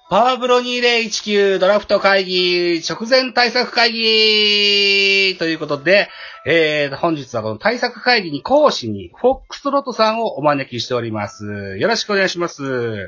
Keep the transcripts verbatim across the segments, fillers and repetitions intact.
パワープロにせんじゅうきゅうドラフト会議直前対策会議ということで、えー、本日はこの対策会議に講師にフォックストロットさんをお招きしております。よろしくお願いします。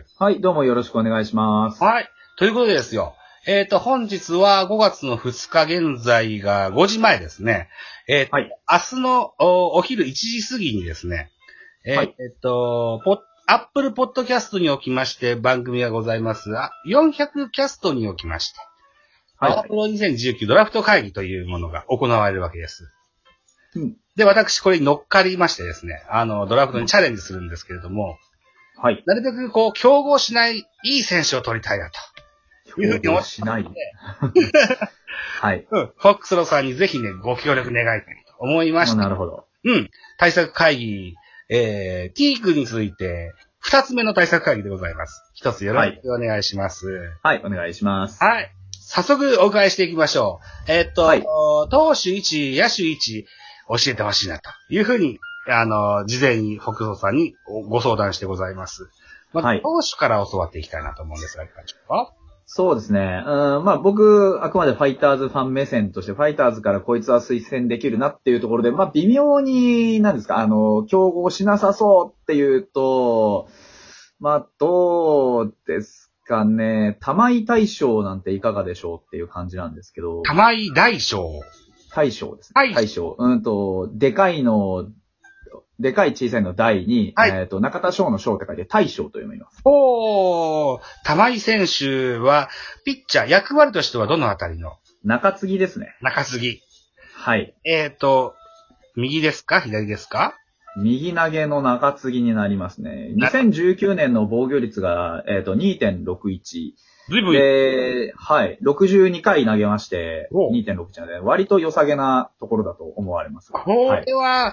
はい、どうもよろしくお願いします。 はい。ということでですよ。えっと、本日はごがつのふつか現在がごじまえですね。えーと、はい、明日の お, お昼いちじ過ぎにですね、えーはい、えっと、ポッアップルポッドキャストにおきまして番組がございます。よんひゃくキャストにおきまして、はい、パワープロにせんじゅうきゅうドラフト会議というものが行われるわけです。うん、で、私これに乗っかりましてですね、あの、ドラフトにチャレンジするんですけれども、はい。なるべくこう、競合しないいい選手を取りたいなと。いうふうに思ってしない。はい。うん。フォックスロさんにぜひね、ご協力願いたいと思いまして。 なるほど。 うん。対策会議、えー、ティークについて、二つ目の対策会議でございます。一つよろしくお願いします。 はい、はい、お願いします。 はい。早速お伺いしていきましょう。えー、っと、はい、投手いち、野手いち、教えてほしいなというふうに、あの、事前にフォックスロさんにご相談してございます。まず、はい、投手から教わっていきたいなと思うんですが、いかがでしょうか？ そうですね。うん、まあ僕、あくまでファイターズファン目線として、ファイターズからこいつは推薦できるなっていうところで、まあ微妙に、なんですか、あの、競合しなさそうっていうと、まあどうですかね。玉井大将なんていかがでしょうっていう感じなんですけど。 玉井大将大将ですね。大将。うんと、でかいの、でかい小さいの大に、はい、えっと、中田翔の翔って書いて大将と読みます。 おー、玉井選手は、ピッチャー、役割としてはどのあたりの？ 中継ぎですね。 中継ぎ。 はい。 えっと、右ですか？左ですか？ 右投げの中継ぎになりますね。にせんじゅうきゅうねんの防御率が、えっと、にてんろくいち。で、はい。ろくじゅうにかい投げまして、にてんろくいち なので、割と良さげなところだと思われます。 これは、はい、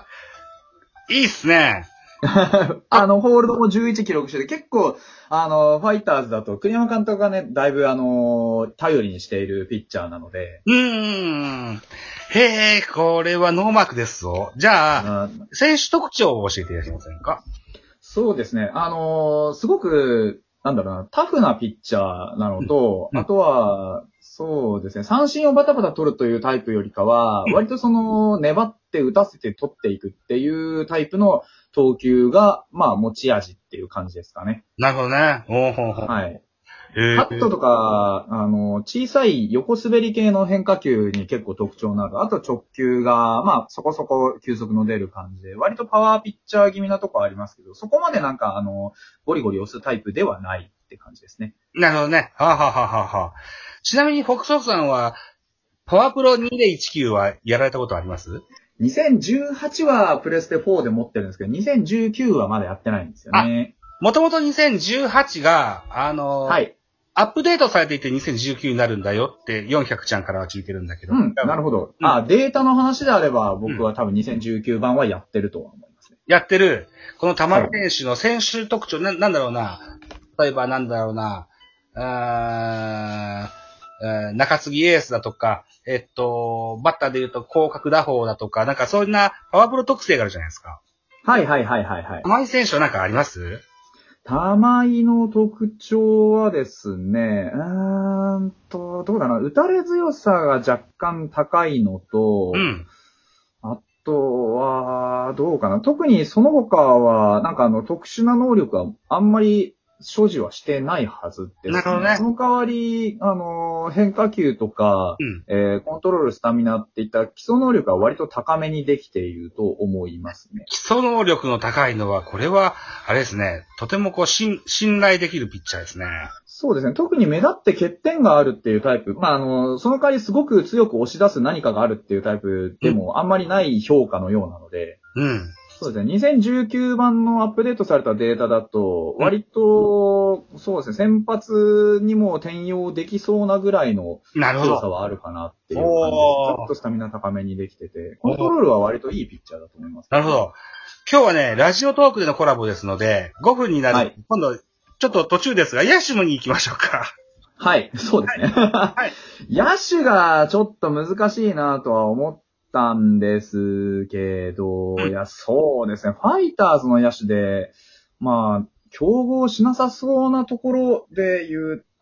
いいっすね。 あの、ホールドもじゅういち記録してて、結構、あの、ファイターズだと、栗山監督がね、だいぶ、あの、頼りにしているピッチャーなので。 うーん。へえ、これはノーマークですぞ。じゃあ、選手特徴を教えていただけませんか？ そうですね。あの、すごく、なんだろうな、タフなピッチャーなのと、うん、あとは、そうですね、三振をバタバタ取るというタイプよりかは、うん、割とその、粘って打たせて取っていくっていうタイプの投球が、まあ、持ち味っていう感じですかね。 なるほどね。おほほはい。カットとか、あの、小さい横滑り系の変化球に結構特徴のある。あと直球が、まあ、そこそこ球速の出る感じで、割とパワーピッチャー気味なとこありますけど、そこまでなんか、あの、ゴリゴリ押すタイプではないって感じですね。 なるほどね。はあ、はあはははあ、ちなみに、フォックスロさんは、パワープロにせんじゅうきゅうはやられたことあります？ にせんじゅうはちはプレステフォーで持ってるんですけど、にせんじゅうきゅうはまだやってないんですよね。 もともとにせんじゅうはちが、あの、はい。アップデートされていてにせんじゅうきゅうになるんだよってよんひゃくちゃんからは聞いてるんだけど。 うん、なるほど。うん、あ、データの話であれば僕は多分にせんじゅうきゅうばんはやってるとは思いますね。 やってる。この玉井選手の選手特徴、はい、な、なんだろうな。例えばなんだろうな。あー中継ぎエースだとか、えっと、バッターで言うと広角打法だとか、なんかそんなパワープロ特性があるじゃないですか。 はいはいはいはいはい。 玉井選手はなんかあります？ 玉井の特徴はですね、うーんと、どうだな、打たれ強さが若干高いのと、うん、あとは、どうかな、特にその他は、なんかあの、特殊な能力はあんまり所持はしてないはずです、ね。 なるほどね。 その代わり、あの、変化球とか、うんえー、コントロール、スタミナっていった基礎能力は割と高めにできていると思いますね。 基礎能力の高いのは、これは、あれですね、とてもこう、信頼できるピッチャーですね。 そうですね。特に目立って欠点があるっていうタイプ。まあ、あの、その代わりすごく強く押し出す何かがあるっていうタイプでもあんまりない評価のようなので。うん。そうですね。にせんじゅうきゅうばんのアップデートされたデータだと、割と、うん、そうですね、先発にも転用できそうなぐらいの強さはあるかなっていう感じで、ちょっとスタミナ高めにできてて、コントロールは割といいピッチャーだと思います、 ね。なるほど。今日はね、ラジオトークでのコラボですので、ごふんになる。はい、今度、ちょっと途中ですが、野手に行きましょうか。 はい、そうですね。はい、野手がちょっと難しいなとは思ったんですけど、うん、いや、そうですね。ファイターズの野手で、まあ、競合しなさそうなところで言う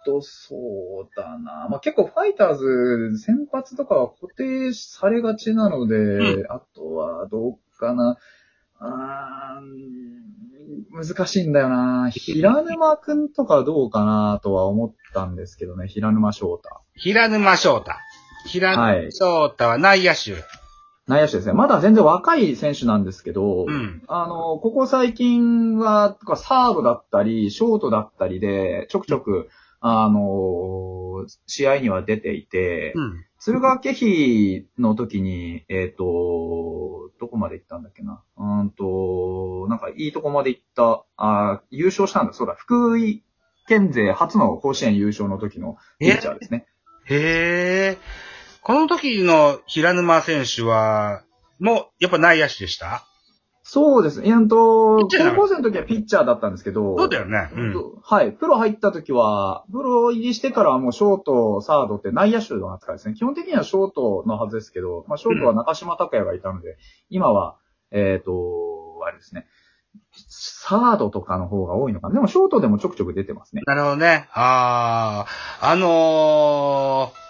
と、そうだな。まあ、結構ファイターズ、先発とかは固定されがちなので、うん、あとはどうかな。あー難しいんだよな。平沼くんとかどうかなとは思ったんですけどね、平沼翔太。 平沼翔太。平沼翔太は内野手。はい、 内野手ですね。まだ全然若い選手なんですけど、うん、あの、ここ最近は、サードだったり、ショートだったりで、ちょくちょく、あの、試合には出ていて、うん、敦賀気比の時に、えっ、ー、と、どこまで行ったんだっけな。うんと、なんかいいとこまで行った、あ優勝したんだ。そうだ、福井県勢初の甲子園優勝の時のピッチャーですね。 へー。この時の平沼選手は、もう、やっぱ内野手でした？ そうですね。えっと、高校生の時はピッチャーだったんですけど、 そうだよね。うん、 はい。プロ入った時は、プロ入りしてからはもうショート、サードって内野手の扱いですね。基本的にはショートのはずですけど、まあショートは中島拓也がいたので、うん、今は、えっと、あれですね。サードとかの方が多いのかな。でもショートでもちょくちょく出てますね。 なるほどね。ああ、あのー、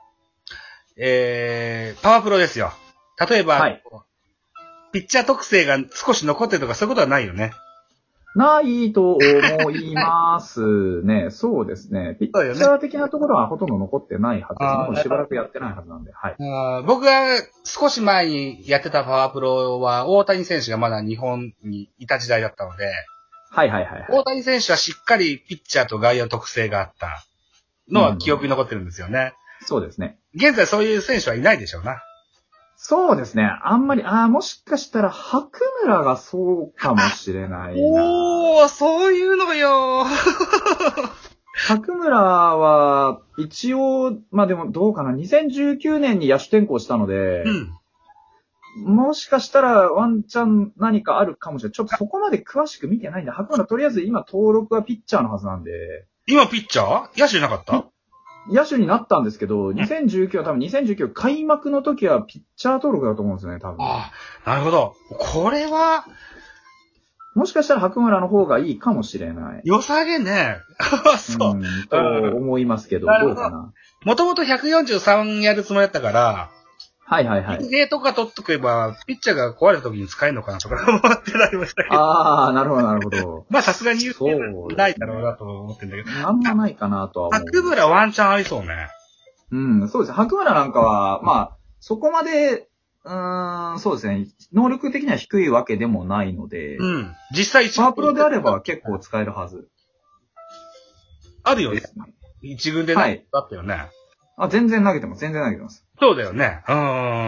えー、パワープロですよ。例えば、はい、ピッチャー特性が少し残ってるとかそういうことはないよね。 ないと思いますね。そうですね。ピッチャー的なところはほとんど残ってないはずです。もうしばらくやってないはずなんで。はい。 あ僕が少し前にやってたパワープロは大谷選手がまだ日本にいた時代だったので、 はいはいはい、はい。 大谷選手はしっかりピッチャーと外野の特性があったのは記憶に残ってるんですよね。 うん、そうですね。 現在そういう選手はいないでしょうな。 そうですね。あんまり、ああ、もしかしたら白村がそうかもしれないな。 おー、そういうのよ。 白村は、一応、まあでもどうかな。にせんじゅうきゅうねんに野手転向したので、うん、もしかしたらワンチャン何かあるかもしれない。ちょっとそこまで詳しく見てないんで、白村とりあえず今登録はピッチャーのはずなんで。 今ピッチャー？野手じゃなかった？ 野手になったんですけど、にせんじゅうきゅうは多分にせんじゅうきゅう開幕の時はピッチャー登録だと思うんですよね、多分。 ああ、なるほど。これは、 もしかしたら白村の方がいいかもしれない。 良さげね。そう。うん、 と思いますけど、どうかな。 もともとひゃくよんじゅうさんやるつもりだったから、 はいはいはい。 リレーとか取っとけば、ピッチャーが壊れた時に使えるのかなとか思ってなりましたけど。 ああ、なるほどなるほど。 まあさすがに言うないだろうなと思ってんだけど。 あんまないかなとは思う。 白村ワンチャンありそうね。 うん、そうです。白村なんかは、まあ、そこまで、うーん、そうですね。能力的には低いわけでもないので。 うん。実際一パワープロであれば結構使えるはず。 あるよね。一軍で投げてたよね、はい。 あ、全然投げてます。全然投げてます。 そうだよね。うん。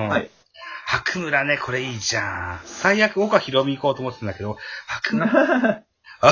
はい。 白村ね、これいいじゃん。最悪、岡ひろみ行こうと思ってたんだけど、白村。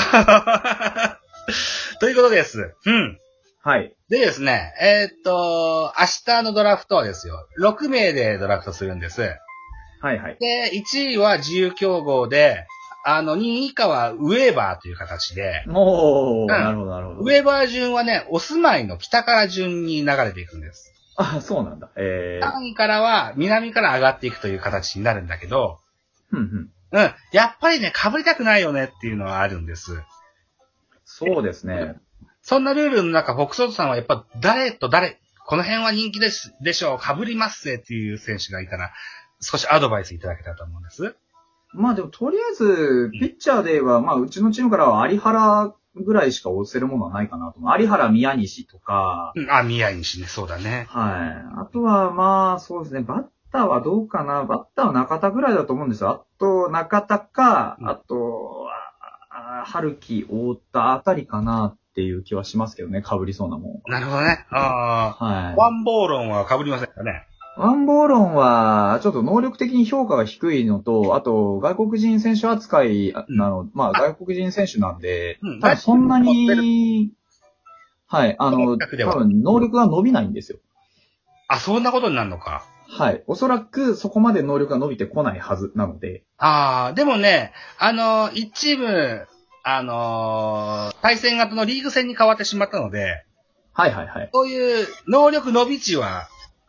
ということです。うん。 はい。 でですね、えー、っと、明日のドラフトはですよ、ろくめいでドラフトするんです。 はいはい。 で、いちいは自由競合で、あの、にい以下はウェーバーという形で。 おー、うん、なるほどなるほど。 ウェーバー順はね、お住まいの北から順に流れていくんです。 あ、そうなんだ。えー。 さんいからは南から上がっていくという形になるんだけど、 うんうん。 うん。やっぱりね、被りたくないよねっていうのはあるんです。 そうですね。 そんなルールの中、フォックソードさんはやっぱ誰と誰、この辺は人気です、でしょう、被りますぜっていう選手がいたら、少しアドバイスいただけたらと思うんです。 まあでも、とりあえず、ピッチャーで言えば、まあ、うちのチームからは有原ぐらいしか押せるものはないかなと思う。有原宮西とか。 うん、あ、宮西ね、そうだね。 はい。あとは、まあ、そうですね、バッターはどうかな。バッターは中田ぐらいだと思うんですよ。あと、中田か、うん、あと、春樹、太田あたりかなっていう気はしますけどね、被りそうなもん。 なるほどね。ああ。はい。ワンボーロンは被りませんかね。 ワンボーロンは、ちょっと能力的に評価が低いのと、あと、外国人選手扱いなの、うん、まあ、外国人選手なんで、うん、多分そんなに、はい、あの、多分能力が伸びないんですよ。 あ、そんなことになるのか。 はい。おそらくそこまで能力が伸びてこないはずなので。 ああ、でもね、あの、いちチーム、あのー、対戦型のリーグ戦に変わってしまったので、 はいはいはい。 そういう能力伸び値は、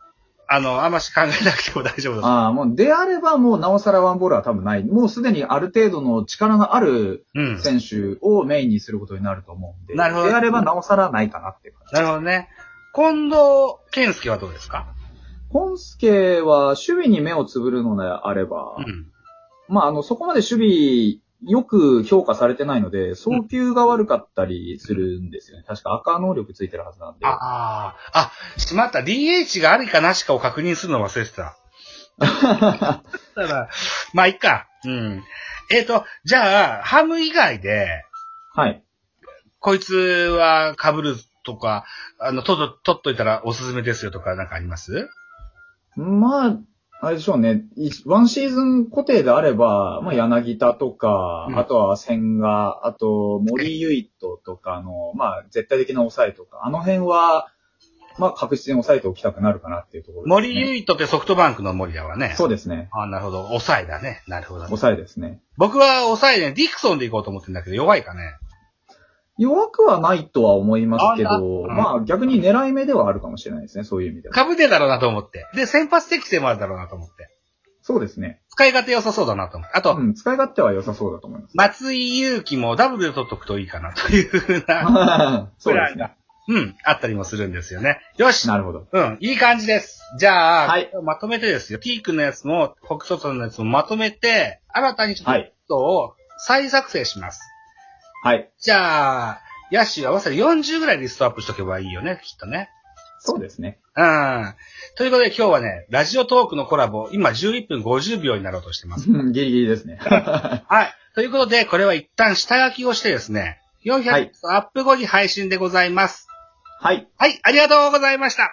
あの、あんまし考えなくても大丈夫だと。 ああ、もう、であればもうなおさらワンボールは多分ない。もうすでにある程度の力がある選手をメインにすることになると思うんで。うん、なるほど。であればなおさらないかなっていう感じ。 なるほどね。近藤健介はどうですか？ 健介は守備に目をつぶるのであれば、うん、まあ、あの、そこまで守備よく評価されてないので、送球が悪かったりするんですよね。確か赤能力ついてるはずなんで。 ああ。あ、しまった。ディーエイチ があるかなしかを確認するの忘れてた。だから、まあ、いっか。うん。えっと、じゃあ、ハム以外で、 はい。 こいつは被るとか、あの、とっと、取っといたらおすすめですよとかなんかあります？ まあ、あれでしょうね。ワンシーズン固定であれば、まあ、柳田とか、うん、あとは千賀、あと森唯斗とかの、まあ、絶対的な抑えとか、あの辺は、まあ、確実に抑えておきたくなるかなっていうところですね。 森唯斗ってソフトバンクの森だわね。 そうですね。 ああ、なるほど。抑えだね。なるほど、ね。 抑えですね。 僕は抑えね、ディクソンで行こうと思ってるんだけど、弱いかね。 弱くはないとは思いますけど、うん、まあ逆に狙い目ではあるかもしれないですね、そういう意味では。 株でだろうなと思って。で、先発適性もあるだろうなと思って。 そうですね。 使い勝手良さそうだなと思って。あと、 うん、使い勝手は良さそうだと思います。 松井裕樹もダブルで取っとくといいかなというふうな、 そうですね。 うん、あったりもするんですよね。よし。 なるほど。 うん、いい感じです。じゃあ、 はい、 まとめてですよ。T 君のやつも、北斗さんのやつもまとめて、新たにちょっとを再作成します。 はい。 じゃあ、野手は合わせてよんじゅうぐらいリストアップしとけばいいよね、きっとね。 そうですね。 うん。ということで今日はね、ラジオトークのコラボ、今じゅういっぷんごじゅうびょうになろうとしてます。 ギリギリですね。 はい。ということで、これは一旦下書きをしてですね、よんひゃくアップ後に配信でございます。 はい。 はい、ありがとうございました。